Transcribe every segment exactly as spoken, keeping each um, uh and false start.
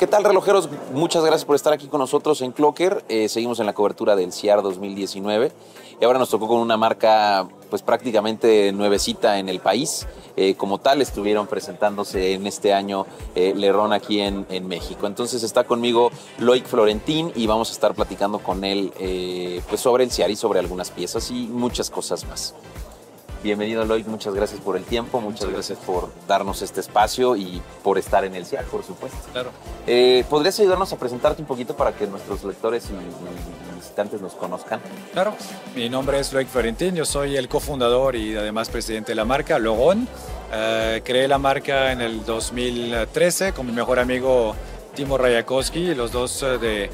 ¿Qué tal, relojeros? Muchas gracias por estar aquí con nosotros en Clocker. Eh, seguimos en la cobertura del C I A R dos mil diecinueve y ahora nos tocó con una marca pues prácticamente nuevecita en el país. Eh, como tal, estuvieron presentándose en este año eh, Lerón aquí en, en México. Entonces está conmigo Loic Florentín y vamos a estar platicando con él eh, pues sobre el C I A R y sobre algunas piezas y muchas cosas más. Bienvenido, Loic, muchas gracias por el tiempo, muchas gracias por darnos este espacio y por estar en el C I A R, por supuesto. Claro. Eh, ¿Podrías ayudarnos a presentarte un poquito para que nuestros lectores y, y visitantes nos conozcan? Claro, mi nombre es Loic Florentín, yo soy el cofundador y además presidente de la marca Lerón. Uh, creé la marca en el dos mil trece con mi mejor amigo Timo Rajakowski, los dos uh, de,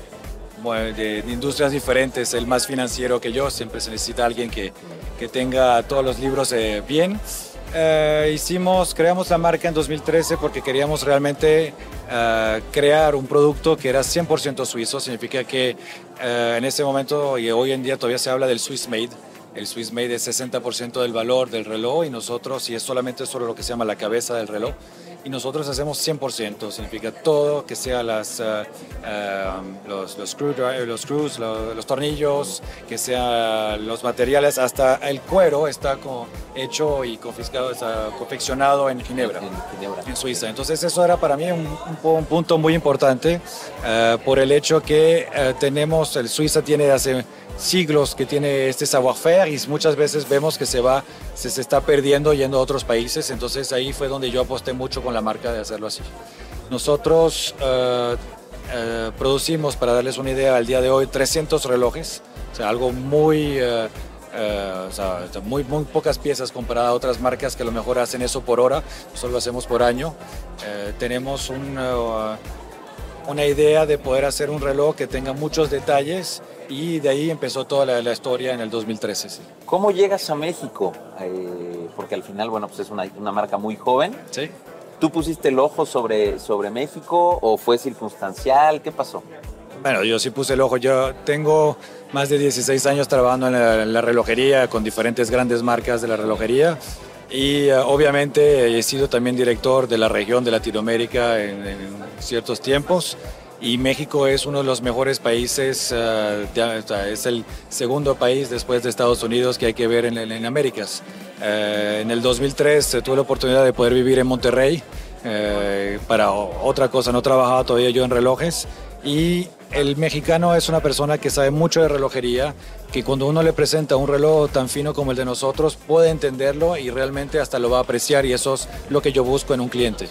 de, de industrias diferentes, el más financiero que yo, siempre se necesita alguien que, que tenga todos los libros eh, bien. Uh, hicimos, creamos la marca en dos mil trece porque queríamos realmente uh, crear un producto que era cien por ciento suizo. Significa que uh, en ese momento y hoy en día todavía se habla del Swiss Made. El Swiss Made es sesenta por ciento del valor del reloj y nosotros, y es solamente sobre lo que se llama la cabeza del reloj, y nosotros hacemos cien por ciento, significa todo que sea las, uh, uh, los, los, screw, los screws, los, los tornillos, que sean los materiales, hasta el cuero está como hecho y confiscado, está confeccionado en Ginebra, en, Ginebra. en Suiza. Entonces eso era para mí un, un, un punto muy importante uh, por el hecho que uh, tenemos, el Suiza tiene hace siglos que tiene este savoir-faire y muchas veces vemos que se va, se, se está perdiendo yendo a otros países, entonces ahí fue donde yo aposté mucho con la marca de hacerlo así. Nosotros uh, uh, producimos, para darles una idea, al día de hoy trescientos relojes, o sea, algo muy, uh, uh, o sea, muy, muy pocas piezas comparado a otras marcas que a lo mejor hacen eso por hora, nosotros lo hacemos por año. Uh, tenemos un, uh, una idea de poder hacer un reloj que tenga muchos detalles y de ahí empezó toda la, la historia en el dos mil trece. Sí. ¿Cómo llegas a México? Eh, porque al final, bueno, pues es una, una marca muy joven. Sí. ¿Tú pusiste el ojo sobre, sobre México o fue circunstancial? ¿Qué pasó? Bueno, yo sí puse el ojo. Yo tengo más de dieciséis años trabajando en la, en la relojería con diferentes grandes marcas de la relojería y uh, obviamente he sido también director de la región de Latinoamérica en, en ciertos tiempos. Y México es uno de los mejores países, uh, de, es el segundo país después de Estados Unidos que hay que ver en, en Américas. Uh, en el dos mil tres uh, tuve la oportunidad de poder vivir en Monterrey. Uh, para otra cosa, no trabajaba todavía yo en relojes. Y el mexicano es una persona que sabe mucho de relojería, que cuando uno le presenta un reloj tan fino como el de nosotros, puede entenderlo y realmente hasta lo va a apreciar, y eso es lo que yo busco en un cliente.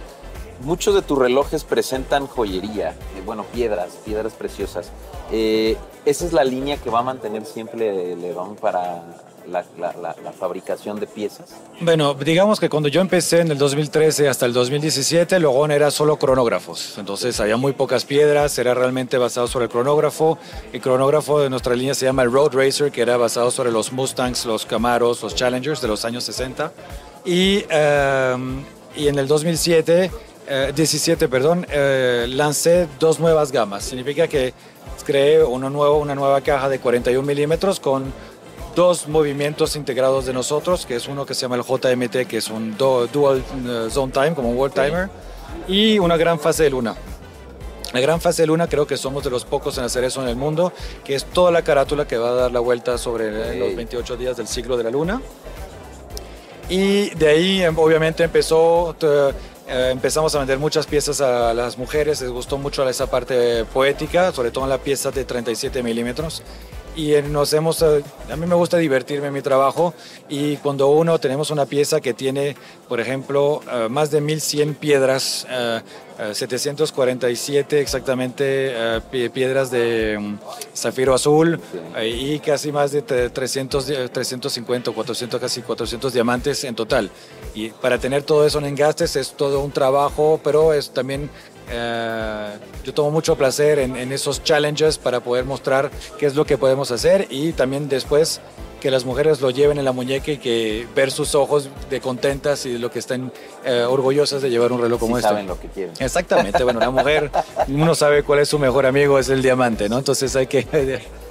Muchos de tus relojes presentan joyería, eh, bueno, piedras, piedras preciosas. Eh, ¿Esa es la línea que va a mantener siempre Lerón para la, la, la, la fabricación de piezas? Bueno, digamos que cuando yo empecé en el dos mil trece hasta el dos mil diecisiete, Lerón era solo cronógrafos. Entonces había muy pocas piedras, era realmente basado sobre el cronógrafo. El cronógrafo de nuestra línea se llama el Road Racer, que era basado sobre los Mustangs, los Camaros, los Challengers de los años sesenta. Y, um, y en el dos mil siete... Eh, diecisiete, perdón, eh, lancé dos nuevas gamas. Significa que creé uno nuevo, una nueva caja de cuarenta y uno milímetros con dos movimientos integrados de nosotros, que es uno que se llama el J M T, que es un do, Dual uh, Zone Time, como un World Timer, y una gran fase de luna. La gran fase de luna creo que somos de los pocos en hacer eso en el mundo, que es toda la carátula que va a dar la vuelta sobre los veintiocho días del ciclo de la luna. Y de ahí obviamente empezó... Eh, empezamos a vender muchas piezas a las mujeres, les gustó mucho esa parte poética, sobre todo en la pieza de treinta y siete milímetros. Y nos hemos, a mí me gusta divertirme en mi trabajo, y cuando uno tenemos una pieza que tiene, por ejemplo, uh, más de mil cien piedras, uh, uh, setecientos cuarenta y siete exactamente uh, piedras de um, zafiro azul, uh, y casi más de trescientos, trescientos cincuenta, cuatrocientos, casi cuatrocientos diamantes en total. Y para tener todo eso en engastes es todo un trabajo, pero es también... Uh, yo tomo mucho placer en, en esos challenges para poder mostrar qué es lo que podemos hacer, y también después que las mujeres lo lleven en la muñeca y que ver sus ojos de contentas y de lo que están uh, orgullosas de llevar un reloj como sí este. Saben lo que quieren. Exactamente, bueno, una mujer, uno sabe cuál es su mejor amigo, es el diamante, ¿no? Entonces hay que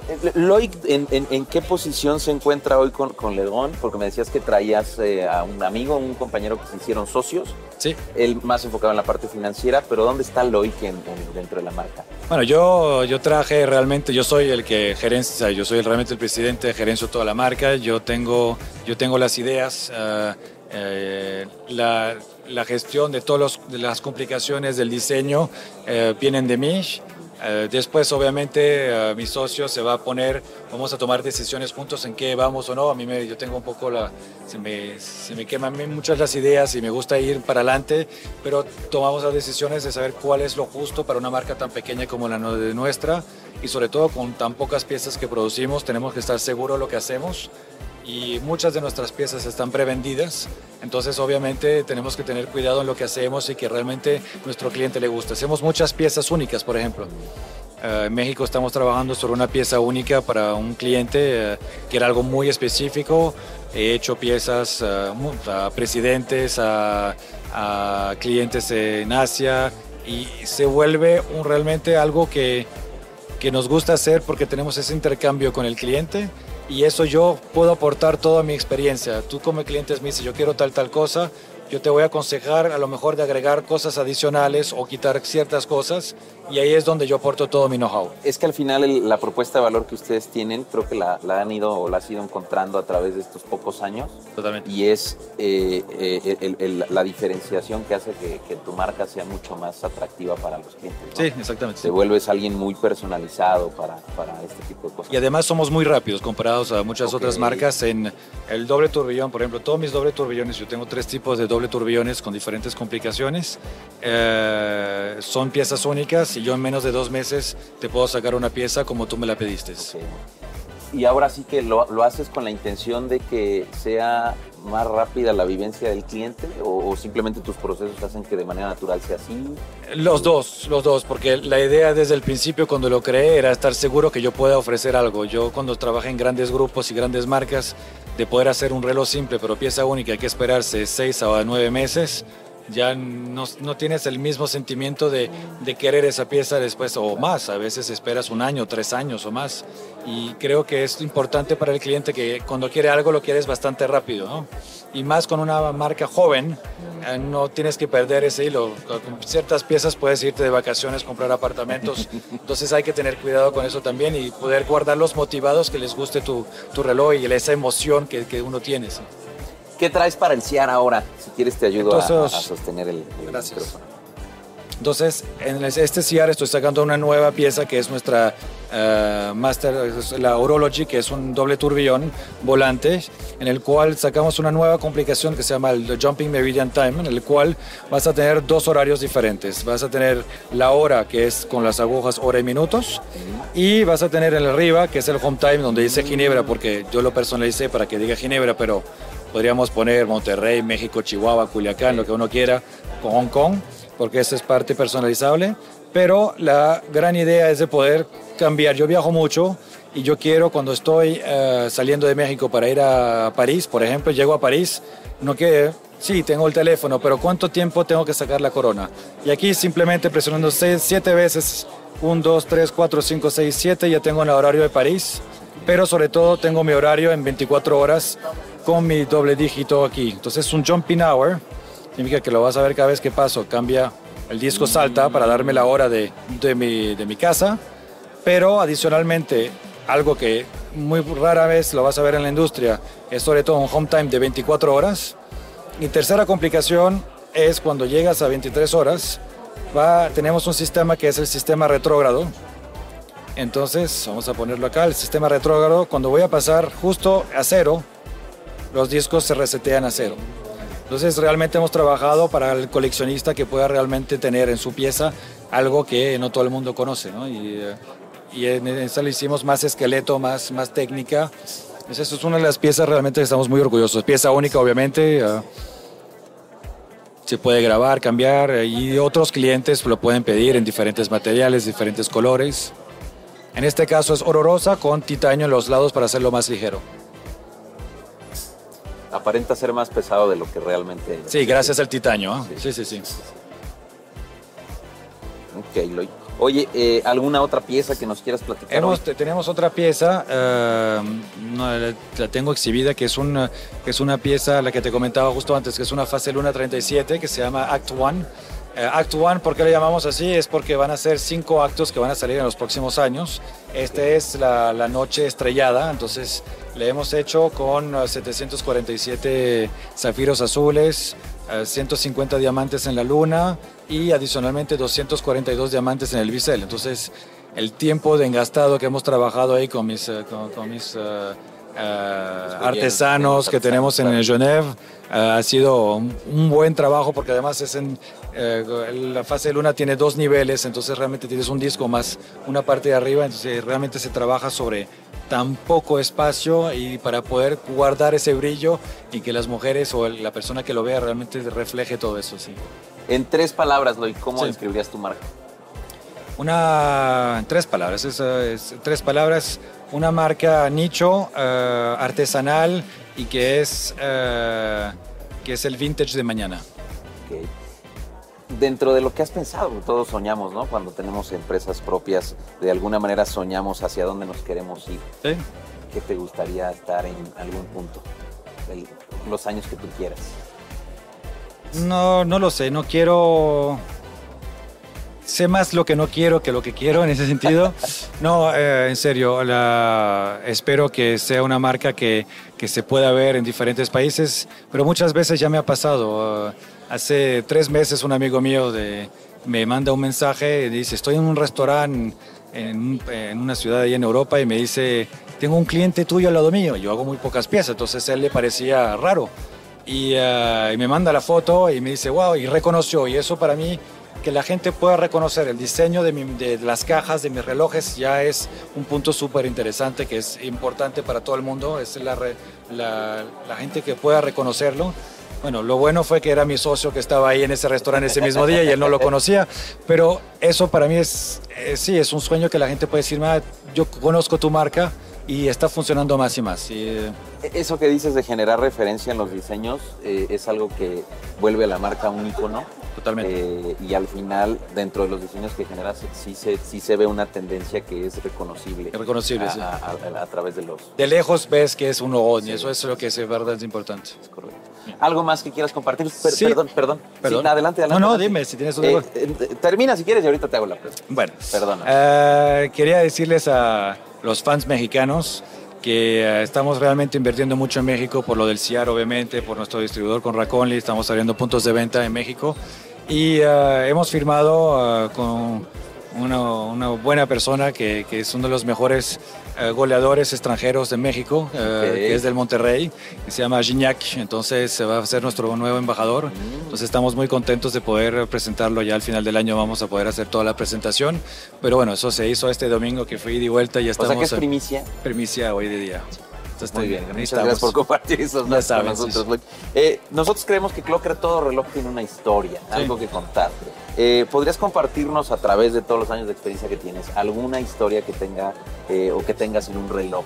Loic, ¿en, en, en qué posición se encuentra hoy con, con Ledón? Porque me decías que traías eh, a un amigo, un compañero que se hicieron socios. Sí. Él más enfocado en la parte financiera, pero ¿dónde está Loic en, en, dentro de la marca? Bueno, yo, yo traje realmente, yo soy el que gerencia, o sea, yo soy realmente el presidente, gerencio toda la marca, yo tengo, yo tengo las ideas, uh, eh, la, la gestión de todas las complicaciones del diseño eh, vienen de mí. Uh, después, obviamente, uh, mi socio se va a poner, vamos a tomar decisiones juntos en qué vamos o no. A mí me, yo tengo un poco la, se me, se me queman muchas las ideas y me gusta ir para adelante, pero tomamos las decisiones de saber cuál es lo justo para una marca tan pequeña como la nuestra y sobre todo con tan pocas piezas que producimos, tenemos que estar seguros de lo que hacemos. Y muchas de nuestras piezas están prevendidas, entonces obviamente tenemos que tener cuidado en lo que hacemos y que realmente nuestro cliente le guste. Hacemos muchas piezas únicas, por ejemplo. Uh, en México estamos trabajando sobre una pieza única para un cliente uh, que era algo muy específico. He hecho piezas uh, a presidentes, a, a clientes en Asia y se vuelve un, realmente algo que, que nos gusta hacer porque tenemos ese intercambio con el cliente. Y eso yo puedo aportar toda mi experiencia. Tú como cliente me dices, yo quiero tal, tal cosa, yo te voy a aconsejar a lo mejor de agregar cosas adicionales o quitar ciertas cosas y ahí es donde yo aporto todo mi know-how. Es que al final el, la propuesta de valor que ustedes tienen, creo que la, la han ido o la has ido encontrando a través de estos pocos años. Totalmente. Y es eh, eh, el, el, la diferenciación que hace que, que tu marca sea mucho más atractiva para los clientes, ¿no? Sí, exactamente. Te vuelves alguien muy personalizado para, para este tipo de cosas. Y además somos muy rápidos comparados a muchas okay. otras marcas. En el doble turbillón, por ejemplo, todos mis doble turbillones, yo tengo tres tipos de doble turbillones con diferentes complicaciones. Eh, son piezas únicas y yo en menos de dos meses te puedo sacar una pieza como tú me la pediste. Okay. Y ahora sí que lo, lo haces con la intención de que sea más rápida la vivencia del cliente o, o simplemente tus procesos hacen que de manera natural sea así. Los dos, los dos, porque la idea desde el principio cuando lo creé era estar seguro que yo pueda ofrecer algo. Yo cuando trabajé en grandes grupos y grandes marcas, de poder hacer un reloj simple pero pieza única hay que esperarse seis a nueve meses, ya no, no tienes el mismo sentimiento de, de querer esa pieza después o más. A veces esperas un año, tres años o más. Y creo que es importante para el cliente que cuando quiere algo lo quieres bastante rápido, ¿no? Y más con una marca joven, eh, no tienes que perder ese hilo. Con ciertas piezas puedes irte de vacaciones, comprar apartamentos. Entonces hay que tener cuidado con eso también y poder guardarlos motivados que les guste tu, tu reloj y esa emoción que, que uno tiene, ¿sí? ¿Qué traes para el C I A R ahora? Si quieres te ayudo Entonces, a, a sostener el, el gracias. micrófono. Entonces, en este C I A R estoy sacando una nueva pieza que es nuestra uh, Master, la Horology, que es un doble turbillón volante, en el cual sacamos una nueva complicación que se llama el Jumping Meridian Time, en el cual vas a tener dos horarios diferentes. Vas a tener la hora, que es con las agujas hora y minutos, y vas a tener el arriba, que es el Home Time, donde dice Ginebra, porque yo lo personalicé para que diga Ginebra, pero podríamos poner Monterrey, México, Chihuahua, Culiacán, lo que uno quiera, con Hong Kong, porque esa es parte personalizable. Pero la gran idea es de poder cambiar. Yo viajo mucho y yo quiero, cuando estoy uh, saliendo de México para ir a París, por ejemplo, llego a París, no que sí, tengo el teléfono, pero ¿cuánto tiempo tengo que sacar la corona? Y aquí simplemente presionando seis, siete veces, uno, dos, tres, cuatro, cinco, seis, siete, ya tengo el horario de París, pero sobre todo tengo mi horario en veinticuatro horas, con mi doble dígito aquí. Entonces es un jumping hour, significa que lo vas a ver cada vez que paso, cambia, el disco salta para darme la hora de, de, mi, de mi casa, pero adicionalmente, algo que muy rara vez lo vas a ver en la industria, es sobre todo un home time de veinticuatro horas. Y tercera complicación es cuando llegas a veintitrés horas, va, tenemos un sistema que es el sistema retrógrado. Entonces, vamos a ponerlo acá, el sistema retrógrado, cuando voy a pasar justo a cero, los discos se resetean a cero. Entonces realmente hemos trabajado para el coleccionista que pueda realmente tener en su pieza algo que no todo el mundo conoce, ¿no? Y, y en esta le hicimos más esqueleto, más, más técnica. Entonces, eso es una de las piezas realmente que estamos muy orgullosos. Pieza única, obviamente. Uh, se puede grabar, cambiar y otros clientes lo pueden pedir en diferentes materiales, diferentes colores. En este caso es oro rosa con titanio en los lados para hacerlo más ligero. Aparenta ser más pesado de lo que realmente es. Sí, gracias al titanio. ¿eh? Sí, sí, sí. sí. Ok, Loic. Oye, eh, ¿alguna otra pieza que nos quieras platicar? Hemos, tenemos otra pieza, uh, no, la, la tengo exhibida, que es, una, que es una pieza, la que te comentaba justo antes, que es una fase Luna treinta y siete, que se llama Act One. Uh, Act One, ¿por qué le llamamos así? Es porque van a ser cinco actos que van a salir en los próximos años. Este es la, la noche estrellada, entonces le hemos hecho con uh, setecientos cuarenta y siete zafiros azules, uh, ciento cincuenta diamantes en la luna y adicionalmente doscientos cuarenta y dos diamantes en el bisel. Entonces, el tiempo de engastado que hemos trabajado ahí con mis, uh, con, con mis uh, uh, artesanos que tenemos en Genève uh, ha sido un, un buen trabajo, porque además es en, uh, la fase de luna tiene dos niveles, entonces realmente tienes un disco más una parte de arriba, entonces realmente se trabaja sobre tan poco espacio y para poder guardar ese brillo y que las mujeres o la persona que lo vea realmente refleje todo eso, sí. En tres palabras, Loy, ¿cómo Sí. describirías tu marca? Una, en tres palabras, es, es tres palabras, una marca nicho, uh, artesanal y que es, uh, que es el vintage de mañana. Okay. Dentro de lo que has pensado, todos soñamos, ¿no? Cuando tenemos empresas propias, de alguna manera soñamos hacia dónde nos queremos ir. ¿Sí? ¿Qué te gustaría estar en algún punto? El, los años que tú quieras. No, no lo sé, no quiero... Sé más lo que no quiero que lo que quiero en ese sentido. No, eh, en serio, la, espero que sea una marca que, que se pueda ver en diferentes países, pero muchas veces ya me ha pasado. Uh, hace tres meses un amigo mío de, me manda un mensaje y dice, estoy en un restaurante en, en una ciudad ahí en Europa y me dice, tengo un cliente tuyo al lado mío. Yo hago muy pocas piezas, entonces a él le parecía raro. Y, uh, y me manda la foto y me dice, wow, y reconoció. Y eso para mí, que la gente pueda reconocer el diseño de, mi, de las cajas, de mis relojes, ya es un punto súper interesante, que es importante para todo el mundo, es la, la, la gente que pueda reconocerlo. Bueno, lo bueno fue que era mi socio que estaba ahí en ese restaurante ese mismo día y él no lo conocía, pero eso para mí es, eh, sí, es un sueño que la gente puede decir, yo conozco tu marca y está funcionando más y más. Y, eh, Eso que dices de generar referencia en los diseños eh, es algo que vuelve a la marca un icono. Totalmente. Eh, y al final, dentro de los diseños que generas, sí se, sí se ve una tendencia que es reconocible. Reconocible, a, sí. A, a, a través de los... De lejos ves que es un ogón, Sí. y eso es lo que es verdad es importante. Es correcto. ¿Algo más que quieras compartir? Per Sí. Perdón, perdón. Perdón. Sí, adelante, adelante. No, no, adelante. dime si tienes otra Eh, cosa. eh, termina si quieres y ahorita te hago la pregunta. Bueno, Perdona. eh, quería decirles a los fans mexicanos que eh, estamos realmente invirtiendo mucho en México por lo del C I A R, obviamente, por nuestro distribuidor con Raconli, estamos abriendo puntos de venta en México y uh, hemos firmado uh, con una, una buena persona que, que es uno de los mejores uh, goleadores extranjeros de México, uh, Okay. que es del Monterrey, que se llama Gignac, entonces se va a ser nuestro nuevo embajador, Mm. entonces estamos muy contentos de poder presentarlo. Ya al final del año vamos a poder hacer toda la presentación, pero bueno, eso se hizo este domingo que fui de vuelta y ya O estamos sea que es en primicia. primicia hoy de día. Entonces, Muy bien, ahí muchas estamos. gracias por compartir esos Ya datos saben, con sí, nosotros. Luis. Eh, nosotros creemos que Clocker, todo reloj tiene una historia, Sí. algo que contar. Eh, ¿Podrías compartirnos a través de todos los años de experiencia que tienes alguna historia que tenga eh, o que tengas en un reloj?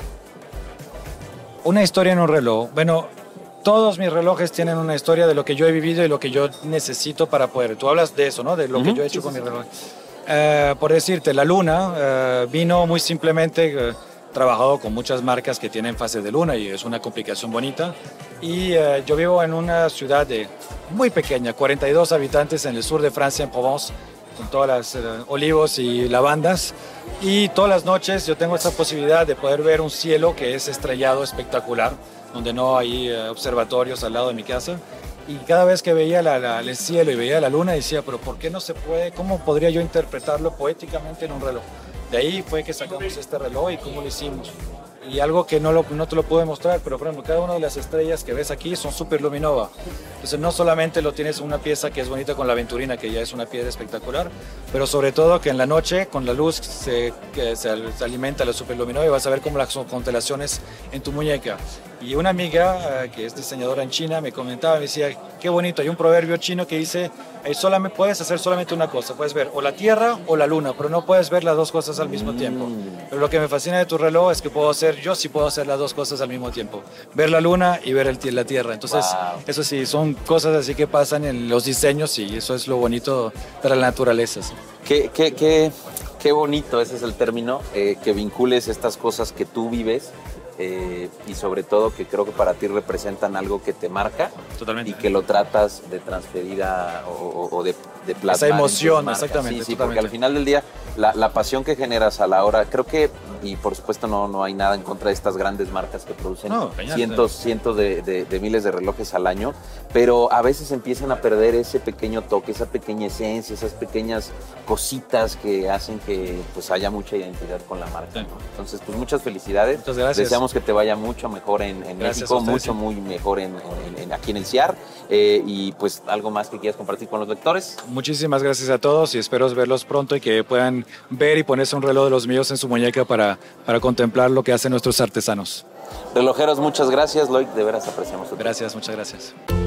Una historia en un reloj. Bueno, todos mis relojes tienen una historia de lo que yo he vivido y lo que yo necesito para poder. Tú hablas de eso, ¿no? De lo Uh-huh. que yo he hecho Sí, con sí, mi sí. reloj. Eh, por decirte, la luna eh, vino muy simplemente, eh, trabajado con muchas marcas que tienen fase de luna y es una complicación bonita. Y eh, yo vivo en una ciudad de, muy pequeña, cuarenta y dos habitantes en el sur de Francia, en Provence, con todas las eh, olivos y lavandas. Y todas las noches yo tengo esta posibilidad de poder ver un cielo que es estrellado espectacular, donde no hay eh, observatorios al lado de mi casa. Y cada vez que veía la, la, el cielo y veía la luna, decía, pero ¿por qué no se puede? ¿Cómo podría yo interpretarlo poéticamente en un reloj? De ahí fue que sacamos este reloj y cómo lo hicimos. Y algo que no, lo, no te lo puedo mostrar, pero por ejemplo, cada una de las estrellas que ves aquí son super luminova. Entonces no solamente lo tienes una pieza que es bonita con la aventurina, que ya es una piedra espectacular, pero sobre todo que en la noche con la luz se, que se, se alimenta la superluminova y vas a ver como las constelaciones en tu muñeca. Y una amiga eh, que es diseñadora en China me comentaba, me decía, qué bonito, hay un proverbio chino que dice, eh, solamente, puedes hacer solamente una cosa, puedes ver o la Tierra o la Luna, pero no puedes ver las dos cosas al mismo tiempo. Pero lo que me fascina de tu reloj es que puedo hacer, yo sí puedo hacer las dos cosas al mismo tiempo, ver la Luna y ver el, la Tierra. Entonces, wow. Eso sí, son cosas así que pasan en los diseños y eso es lo bonito de la naturaleza. ¿Sí? Qué, qué, qué, qué bonito, ese es el término, eh, que vincules estas cosas que tú vives. Eh, y sobre todo que creo que para ti representan algo que te marca. Totalmente. Y que lo tratas de transferir a, o, o de, de plasmar. Esa emoción, exactamente. Sí, sí, totalmente. porque al final del día la, la pasión que generas a la hora, creo que, y por supuesto no, no hay nada en contra de estas grandes marcas que producen no, cientos, cientos de, de, de miles de relojes al año, pero a veces empiezan a perder ese pequeño toque, esa pequeña esencia, esas pequeñas cositas que hacen que pues haya mucha identidad con la marca, sí. ¿no? Entonces, pues muchas felicidades. Muchas gracias. Deseamos que te vaya mucho mejor en, en México, mucho, muy mejor en, en, en, aquí en el C I A R. Eh, y pues algo más que quieras compartir con los lectores. Muchísimas gracias a todos y espero verlos pronto y que puedan ver y ponerse un reloj de los míos en su muñeca para, para contemplar lo que hacen nuestros artesanos. Relojeros, muchas gracias. Loic, de veras apreciamos tu tiempo. Gracias, muchas gracias.